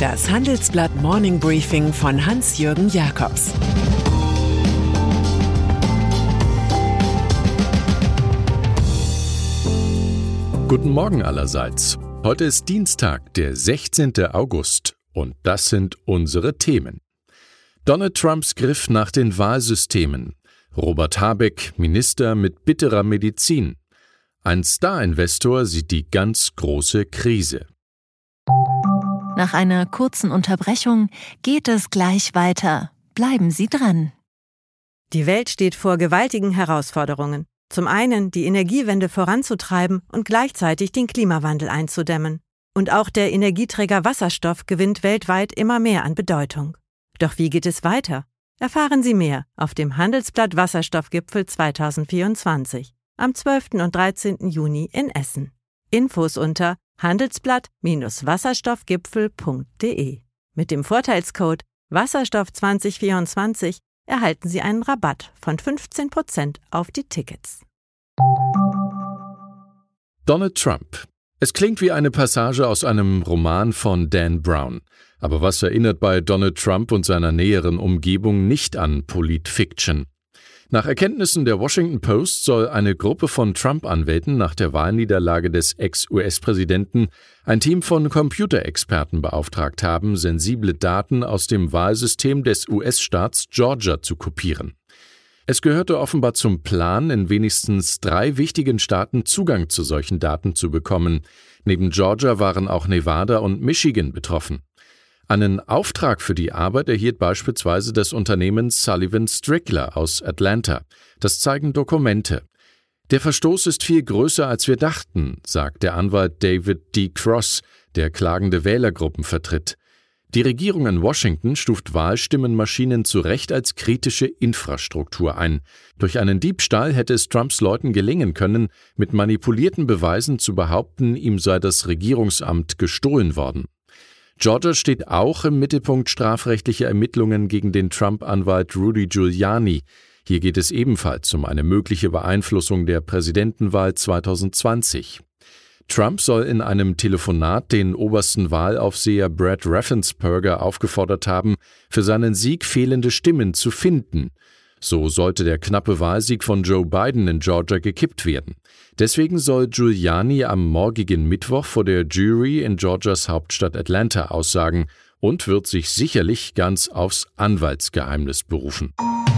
Das Handelsblatt Morning Briefing von Hans-Jürgen Jakobs. Guten Morgen allerseits. Heute ist Dienstag, der 16. August und das sind unsere Themen. Donald Trumps Griff nach den Wahlsystemen. Robert Habeck, Minister mit bitterer Medizin. Ein Star-Investor sieht die ganz große Krise. Nach einer kurzen Unterbrechung geht es gleich weiter. Bleiben Sie dran. Die Welt steht vor gewaltigen Herausforderungen. Zum einen die Energiewende voranzutreiben und gleichzeitig den Klimawandel einzudämmen. Und auch der Energieträger Wasserstoff gewinnt weltweit immer mehr an Bedeutung. Doch wie geht es weiter? Erfahren Sie mehr auf dem Handelsblatt Wasserstoffgipfel 2024 am 12. und 13. Juni in Essen. Infos unter handelsblatt-wasserstoffgipfel.de. Mit dem Vorteilscode Wasserstoff2024 erhalten Sie einen Rabatt von 15% auf die Tickets. Donald Trump. Es klingt wie eine Passage aus einem Roman von Dan Brown. Aber was erinnert bei Donald Trump und seiner näheren Umgebung nicht an Politfiction? Nach Erkenntnissen der Washington Post soll eine Gruppe von Trump-Anwälten nach der Wahlniederlage des Ex-US-Präsidenten ein Team von Computerexperten beauftragt haben, sensible Daten aus dem Wahlsystem des US-Staats Georgia zu kopieren. Es gehörte offenbar zum Plan, in wenigstens 3 wichtigen Staaten Zugang zu solchen Daten zu bekommen. Neben Georgia waren auch Nevada und Michigan betroffen. Einen Auftrag für die Arbeit erhielt beispielsweise das Unternehmen Sullivan Strickler aus Atlanta. Das zeigen Dokumente. Der Verstoß ist viel größer, als wir dachten, sagt der Anwalt David D. Cross, der klagende Wählergruppen vertritt. Die Regierung in Washington stuft Wahlstimmenmaschinen zu Recht als kritische Infrastruktur ein. Durch einen Diebstahl hätte es Trumps Leuten gelingen können, mit manipulierten Beweisen zu behaupten, ihm sei das Regierungsamt gestohlen worden. Georgia steht auch im Mittelpunkt strafrechtlicher Ermittlungen gegen den Trump-Anwalt Rudy Giuliani. Hier geht es ebenfalls um eine mögliche Beeinflussung der Präsidentenwahl 2020. Trump soll in einem Telefonat den obersten Wahlaufseher Brad Raffensperger aufgefordert haben, für seinen Sieg fehlende Stimmen zu finden. So sollte der knappe Wahlsieg von Joe Biden in Georgia gekippt werden. Deswegen soll Giuliani am morgigen Mittwoch vor der Jury in Georgias Hauptstadt Atlanta aussagen und wird sich sicherlich ganz aufs Anwaltsgeheimnis berufen.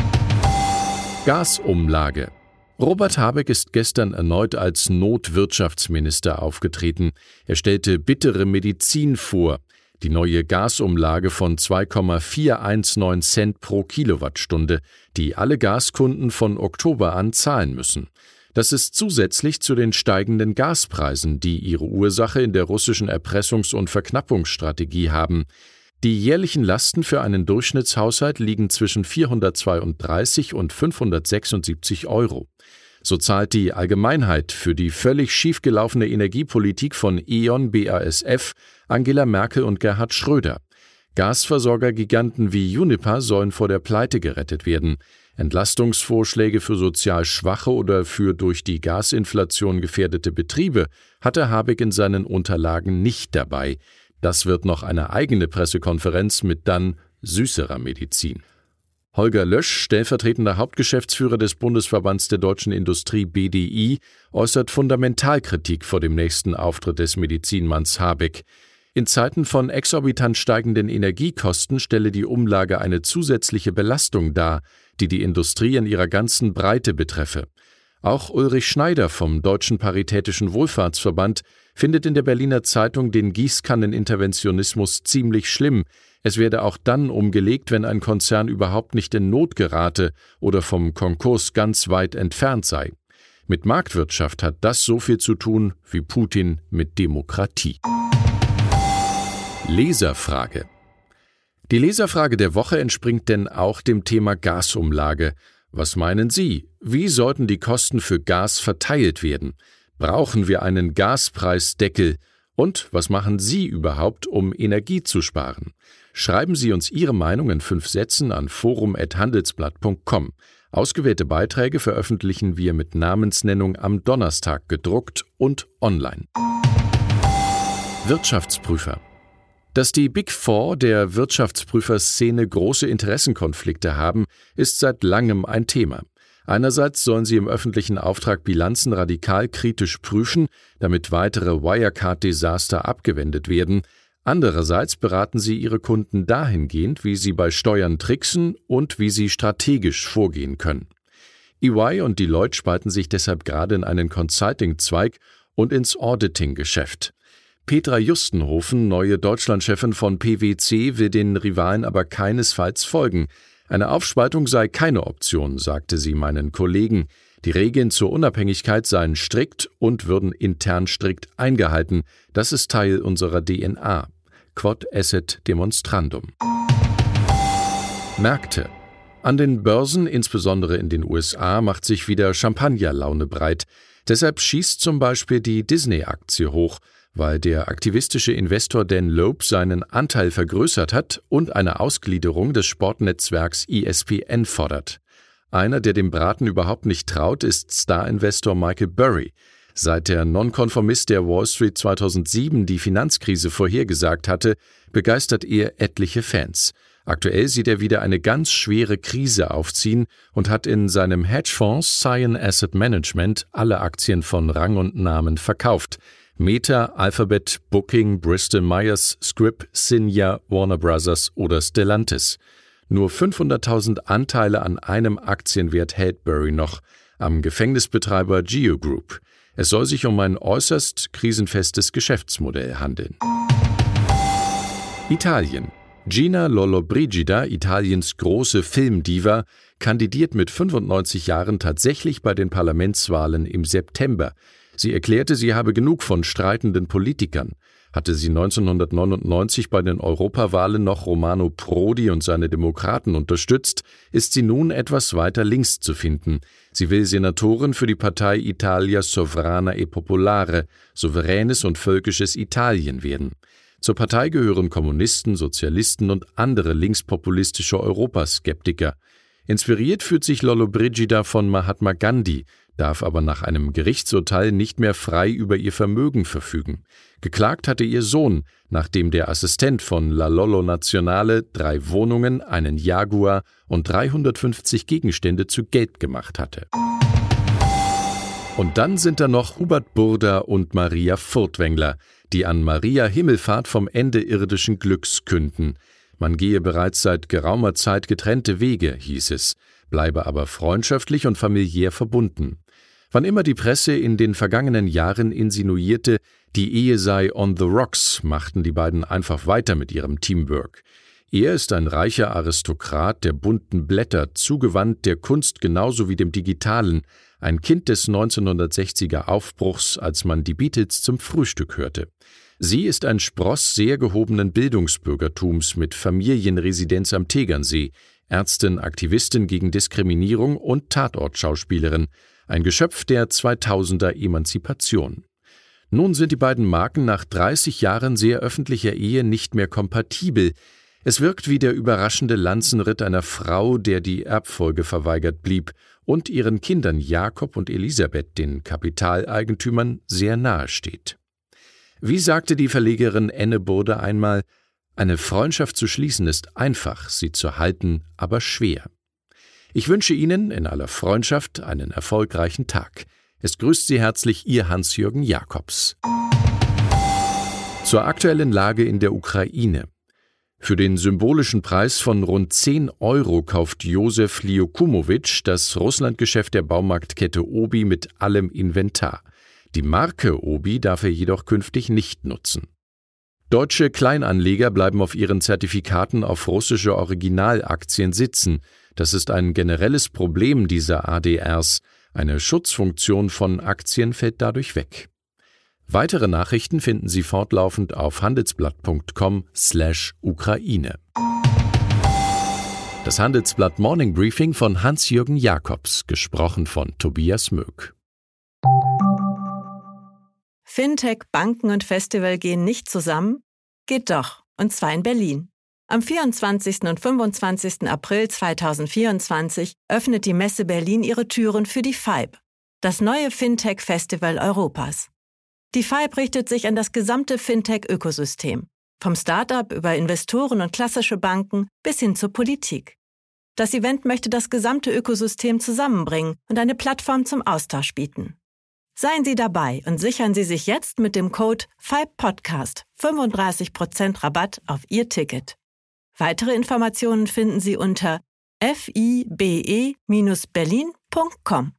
Gasumlage. Robert Habeck ist gestern erneut als Notwirtschaftsminister aufgetreten. Er stellte bittere Medizin vor. Die neue Gasumlage von 2,419 Cent pro Kilowattstunde, die alle Gaskunden von Oktober an zahlen müssen. Das ist zusätzlich zu den steigenden Gaspreisen, die ihre Ursache in der russischen Erpressungs- und Verknappungsstrategie haben. Die jährlichen Lasten für einen Durchschnittshaushalt liegen zwischen 432 und 576 Euro. So zahlt die Allgemeinheit für die völlig schiefgelaufene Energiepolitik von E.ON, BASF, Angela Merkel und Gerhard Schröder. Gasversorgergiganten wie Uniper sollen vor der Pleite gerettet werden. Entlastungsvorschläge für sozial schwache oder für durch die Gasinflation gefährdete Betriebe hatte Habeck in seinen Unterlagen nicht dabei. Das wird noch eine eigene Pressekonferenz mit dann süßerer Medizin. Holger Lösch, stellvertretender Hauptgeschäftsführer des Bundesverbands der Deutschen Industrie BDI, äußert Fundamentalkritik vor dem nächsten Auftritt des Medizinmanns Habeck. In Zeiten von exorbitant steigenden Energiekosten stelle die Umlage eine zusätzliche Belastung dar, die die Industrie in ihrer ganzen Breite betreffe. Auch Ulrich Schneider vom Deutschen Paritätischen Wohlfahrtsverband findet in der Berliner Zeitung den Gießkanneninterventionismus ziemlich schlimm. Es werde auch dann umgelegt, wenn ein Konzern überhaupt nicht in Not gerate oder vom Konkurs ganz weit entfernt sei. Mit Marktwirtschaft hat das so viel zu tun wie Putin mit Demokratie. Leserfrage. Die Leserfrage der Woche entspringt denn auch dem Thema Gasumlage. Was meinen Sie? Wie sollten die Kosten für Gas verteilt werden? Brauchen wir einen Gaspreisdeckel? Und was machen Sie überhaupt, um Energie zu sparen? Schreiben Sie uns Ihre Meinung in 5 Sätzen an forum@handelsblatt.com. Ausgewählte Beiträge veröffentlichen wir mit Namensnennung am Donnerstag gedruckt und online. Wirtschaftsprüfer. Dass die Big Four der Wirtschaftsprüferszene große Interessenkonflikte haben, ist seit langem ein Thema. Einerseits sollen sie im öffentlichen Auftrag Bilanzen radikal kritisch prüfen, damit weitere Wirecard-Desaster abgewendet werden. Andererseits beraten sie ihre Kunden dahingehend, wie sie bei Steuern tricksen und wie sie strategisch vorgehen können. EY und Deloitte spalten sich deshalb gerade in einen Consulting-Zweig und ins Auditing-Geschäft. Petra Justenhofen, neue Deutschlandchefin von PwC, will den Rivalen aber keinesfalls folgen. Eine Aufspaltung sei keine Option, sagte sie meinen Kollegen. Die Regeln zur Unabhängigkeit seien strikt und würden intern strikt eingehalten. Das ist Teil unserer DNA. Quod esset demonstrandum. Märkte. An den Börsen, insbesondere in den USA, macht sich wieder Champagnerlaune breit. Deshalb schießt zum Beispiel die Disney-Aktie hoch, weil der aktivistische Investor Dan Loeb seinen Anteil vergrößert hat und eine Ausgliederung des Sportnetzwerks ESPN fordert. Einer, der dem Braten überhaupt nicht traut, ist Star-Investor Michael Burry. Seit der Nonkonformist der Wall Street 2007 die Finanzkrise vorhergesagt hatte, begeistert er etliche Fans. Aktuell sieht er wieder eine ganz schwere Krise aufziehen und hat in seinem Hedgefonds Cyan Asset Management alle Aktien von Rang und Namen verkauft. Meta, Alphabet, Booking, Bristol Myers, Scrip, Cinia, Warner Bros. Oder Stellantis. Nur 500.000 Anteile an einem Aktienwert hält Burry noch, am Gefängnisbetreiber Geo Group. Es soll sich um ein äußerst krisenfestes Geschäftsmodell handeln. Italien. Gina Lollobrigida, Italiens große Filmdiva, kandidiert mit 95 Jahren tatsächlich bei den Parlamentswahlen im September. Sie erklärte, sie habe genug von streitenden Politikern. Hatte sie 1999 bei den Europawahlen noch Romano Prodi und seine Demokraten unterstützt, ist sie nun etwas weiter links zu finden. Sie will Senatorin für die Partei Italia Sovrana e Popolare, souveränes und völkisches Italien werden. Zur Partei gehören Kommunisten, Sozialisten und andere linkspopulistische Europaskeptiker. Inspiriert fühlt sich Lollobrigida von Mahatma Gandhi, darf aber nach einem Gerichtsurteil nicht mehr frei über ihr Vermögen verfügen. Geklagt hatte ihr Sohn, nachdem der Assistent von La Lollo Nazionale 3 Wohnungen, einen Jaguar und 350 Gegenstände zu Geld gemacht hatte. Und dann sind da noch Hubert Burda und Maria Furtwängler, die an Maria Himmelfahrt vom Ende irdischen Glücks künden. Man gehe bereits seit geraumer Zeit getrennte Wege, hieß es, bleibe aber freundschaftlich und familiär verbunden. Wann immer die Presse in den vergangenen Jahren insinuierte, die Ehe sei on the rocks, machten die beiden einfach weiter mit ihrem Teamwork. Er ist ein reicher Aristokrat der bunten Blätter, zugewandt der Kunst genauso wie dem Digitalen, ein Kind des 1960er Aufbruchs, als man die Beatles zum Frühstück hörte. Sie ist ein Spross sehr gehobenen Bildungsbürgertums mit Familienresidenz am Tegernsee, Ärztin, Aktivistin gegen Diskriminierung und Tatortschauspielerin, ein Geschöpf der 2000er Emanzipation. Nun sind die beiden Marken nach 30 Jahren sehr öffentlicher Ehe nicht mehr kompatibel. Es wirkt wie der überraschende Lanzenritt einer Frau, der die Erbfolge verweigert blieb und ihren Kindern Jakob und Elisabeth, den Kapitaleigentümern, sehr nahe steht. Wie sagte die Verlegerin Enne Burda einmal, eine Freundschaft zu schließen ist einfach, sie zu halten aber schwer. Ich wünsche Ihnen in aller Freundschaft einen erfolgreichen Tag. Es grüßt Sie herzlich Ihr Hans-Jürgen Jakobs. Zur aktuellen Lage in der Ukraine. Für den symbolischen Preis von rund 10 € kauft Josef Liokumowitsch das Russlandgeschäft der Baumarktkette Obi mit allem Inventar. Die Marke Obi darf er jedoch künftig nicht nutzen. Deutsche Kleinanleger bleiben auf ihren Zertifikaten auf russische Originalaktien sitzen. Das ist ein generelles Problem dieser ADRs. Eine Schutzfunktion von Aktien fällt dadurch weg. Weitere Nachrichten finden Sie fortlaufend auf handelsblatt.com/Ukraine. Das Handelsblatt Morning Briefing von Hans-Jürgen Jakobs, gesprochen von Tobias Möck. Fintech, Banken und Festival gehen nicht zusammen? Geht doch, und zwar in Berlin. Am 24. und 25. April 2024 öffnet die Messe Berlin ihre Türen für die FIBE, das neue Fintech-Festival Europas. Die FIBE richtet sich an das gesamte Fintech-Ökosystem. Vom Start-up über Investoren und klassische Banken bis hin zur Politik. Das Event möchte das gesamte Ökosystem zusammenbringen und eine Plattform zum Austausch bieten. Seien Sie dabei und sichern Sie sich jetzt mit dem Code FIBE-Podcast 35% Rabatt auf Ihr Ticket. Weitere Informationen finden Sie unter fibe-berlin.com.